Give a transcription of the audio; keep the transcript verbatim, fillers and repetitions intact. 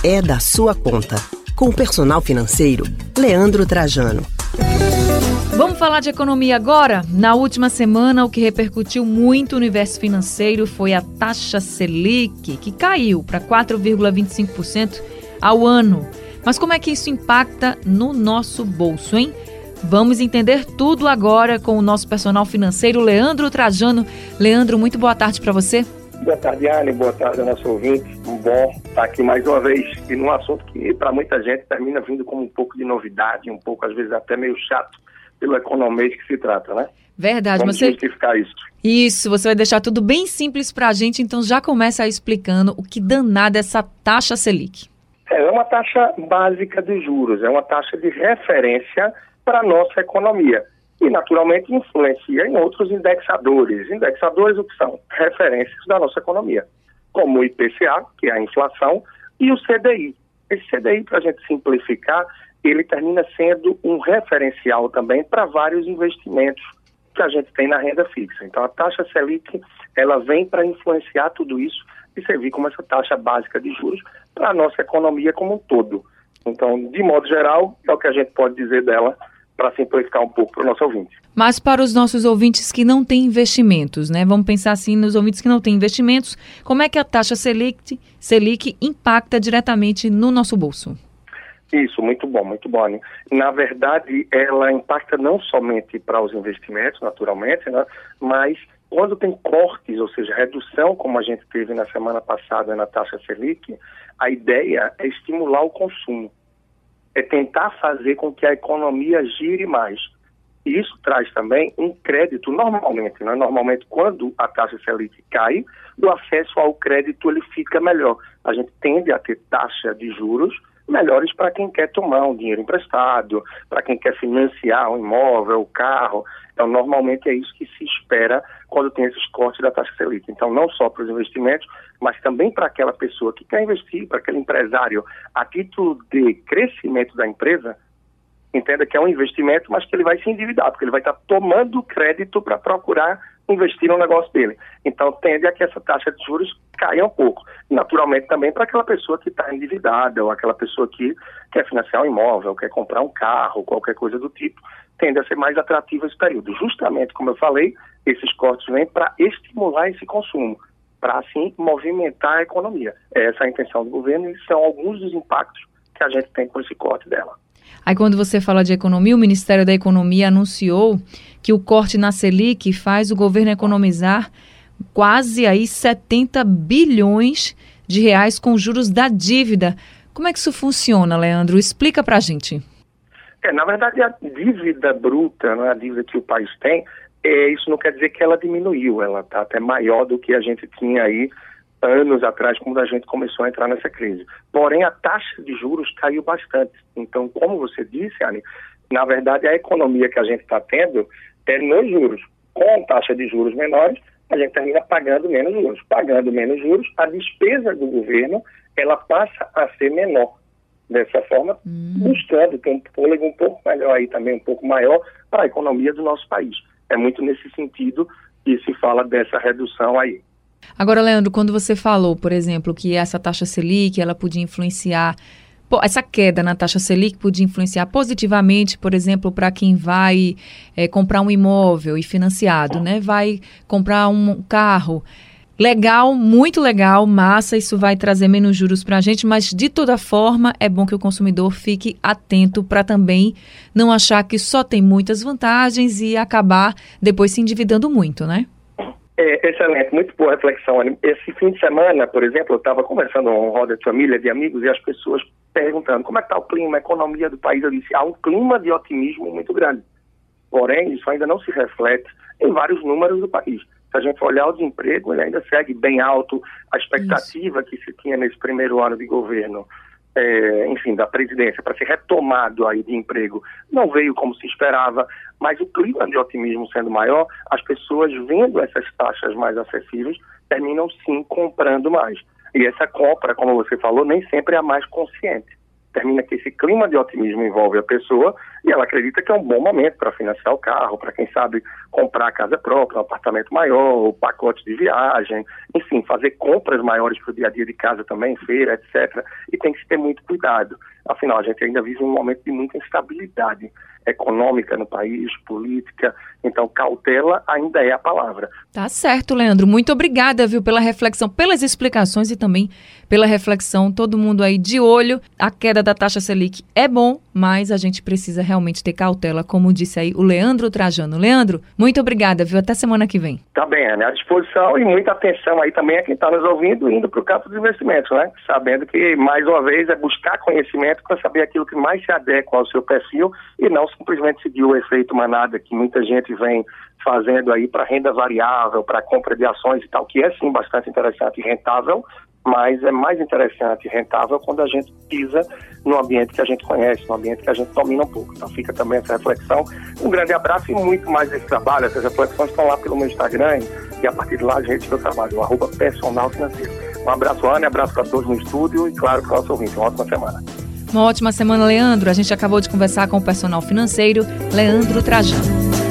é da sua conta. Com o personal financeiro, Leandro Trajano. Vamos falar de economia agora? Na última semana, o que repercutiu muito no universo financeiro foi a taxa Selic, que caiu para quatro vírgula vinte e cinco por cento ao ano. Mas como é que isso impacta no nosso bolso, hein? Vamos entender tudo agora com o nosso personal financeiro, Leandro Trajano. Leandro, muito boa tarde para você. Boa tarde, Anne. Boa tarde ao nosso ouvinte. Bom estar aqui mais uma vez e num assunto que para muita gente termina vindo como um pouco de novidade, um pouco às vezes até meio chato pelo economês que se trata, né? Verdade. Vamos você... justificar isso. Isso, você vai deixar tudo bem simples para a gente, então já começa aí explicando o que danada é essa taxa Selic. É uma taxa básica de juros, é uma taxa de referência para a nossa economia. E, naturalmente, influencia em outros indexadores. Indexadores, o que são? Referências da nossa economia, como o I P C A, que é a inflação, e o C D I. Esse C D I, para a gente simplificar, ele termina sendo um referencial também para vários investimentos que a gente tem na renda fixa. Então, a taxa Selic, ela vem para influenciar tudo isso e servir como essa taxa básica de juros para a nossa economia como um todo. Então, de modo geral, é o que a gente pode dizer dela, para simplificar um pouco para o nosso ouvinte. Mas para os nossos ouvintes que não têm investimentos, né? Vamos pensar assim nos ouvintes que não têm investimentos, como é que a taxa Selic, Selic impacta diretamente no nosso bolso? Isso, muito bom, muito bom, Anny. Na verdade, ela impacta não somente para os investimentos, naturalmente, né? Mas quando tem cortes, ou seja, redução, como a gente teve na semana passada na taxa Selic, a ideia é estimular o consumo. É tentar fazer com que a economia gire mais. E isso traz também um crédito, normalmente, né? Normalmente, quando a taxa Selic cai, o acesso ao crédito ele fica melhor. A gente tende a ter taxa de juros melhores para quem quer tomar um dinheiro emprestado, para quem quer financiar um imóvel, um carro. Então, normalmente é isso que se espera quando tem esses cortes da taxa Selic. Então, não só para os investimentos, mas também para aquela pessoa que quer investir, para aquele empresário, a título de crescimento da empresa, entenda que é um investimento, mas que ele vai se endividar, porque ele vai estar tomando crédito para procurar investir no negócio dele. Então, tende a que essa taxa de juros caia um pouco. Naturalmente, também para aquela pessoa que está endividada, ou aquela pessoa que quer financiar um imóvel, quer comprar um carro, qualquer coisa do tipo, tende a ser mais atrativo esse período. Justamente, como eu falei, esses cortes vêm para estimular esse consumo, para, assim, movimentar a economia. Essa é a intenção do governo e são alguns dos impactos que a gente tem com esse corte dela. Aí quando você fala de economia, o Ministério da Economia anunciou que o corte na Selic faz o governo economizar quase aí setenta bilhões de reais com juros da dívida. Como é que isso funciona, Leandro? Explica pra gente. É, na verdade, a dívida bruta, né, a dívida que o país tem, é, isso não quer dizer que ela diminuiu, ela está até maior do que a gente tinha aí anos atrás, quando a gente começou a entrar nessa crise. Porém, a taxa de juros caiu bastante. Então, como você disse, Anny, na verdade, a economia que a gente está tendo é nos juros. Com taxa de juros menores, a gente termina pagando menos juros. Pagando menos juros, a despesa do governo, ela passa a ser menor. Dessa forma, hum. buscando ter um fôlego um pouco melhor aí também, um pouco maior para a economia do nosso país. É muito nesse sentido que se fala dessa redução aí. Agora, Leandro, quando você falou, por exemplo, que essa taxa Selic, ela podia influenciar, essa queda na taxa Selic podia influenciar positivamente, por exemplo, para quem vai é, comprar um imóvel e financiado, né? Vai comprar um carro. Legal, muito legal, massa, isso vai trazer menos juros para a gente, mas de toda forma é bom que o consumidor fique atento para também não achar que só tem muitas vantagens e acabar depois se endividando muito, né? É, excelente, muito boa reflexão. Esse fim de semana, por exemplo, eu estava conversando com uma roda de família, de amigos, e as pessoas perguntando como é que está o clima, a economia do país. Eu disse, há um clima de otimismo muito grande. Porém, isso ainda não se reflete em vários números do país. Se a gente for olhar o desemprego, ele ainda segue bem alto. A expectativa isso. que se tinha nesse primeiro ano de governo, é, enfim, da presidência, para ser retomado aí de emprego, não veio como se esperava, mas o clima de otimismo sendo maior, as pessoas vendo essas taxas mais acessíveis, terminam sim comprando mais. E essa compra, como você falou, nem sempre é a mais consciente. termina que esse clima de otimismo envolve a pessoa e ela acredita que é um bom momento para financiar o carro, para quem sabe comprar a casa própria, um apartamento maior, o pacote de viagem, enfim, fazer compras maiores para o dia a dia de casa também, feira, etcétera. E tem que se ter muito cuidado. Afinal, a gente ainda vive um momento de muita instabilidade econômica no país, política, então cautela ainda é a palavra. Tá certo, Leandro. Muito obrigada, viu, pela reflexão, pelas explicações e também pela reflexão. Todo mundo aí de olho. A queda da taxa Selic é bom, mas a gente precisa realmente ter cautela, como disse aí o Leandro Trajano. Leandro, muito obrigada, viu? Até semana que vem. Tá bem, Ana, à disposição e muita atenção aí também a quem está nos ouvindo, indo para o campo dos investimentos, né? Sabendo que, mais uma vez, é buscar conhecimento para saber aquilo que mais se adequa ao seu perfil e não simplesmente seguir o efeito manada que muita gente vem fazendo aí para renda variável, para compra de ações e tal, que é sim bastante interessante e rentável, mas é mais interessante e rentável quando a gente pisa no ambiente que a gente conhece, no ambiente que a gente domina um pouco. Então fica também essa reflexão. Um grande abraço e muito mais desse trabalho. Essas reflexões estão lá pelo meu Instagram e a partir de lá a gente vê o trabalho, o arroba personal financeiro. Um abraço, Ana, um abraço para todos no estúdio e claro para o nosso ouvinte. Uma ótima semana. Uma ótima semana, Leandro. A gente acabou de conversar com o personal financeiro Leandro Trajano.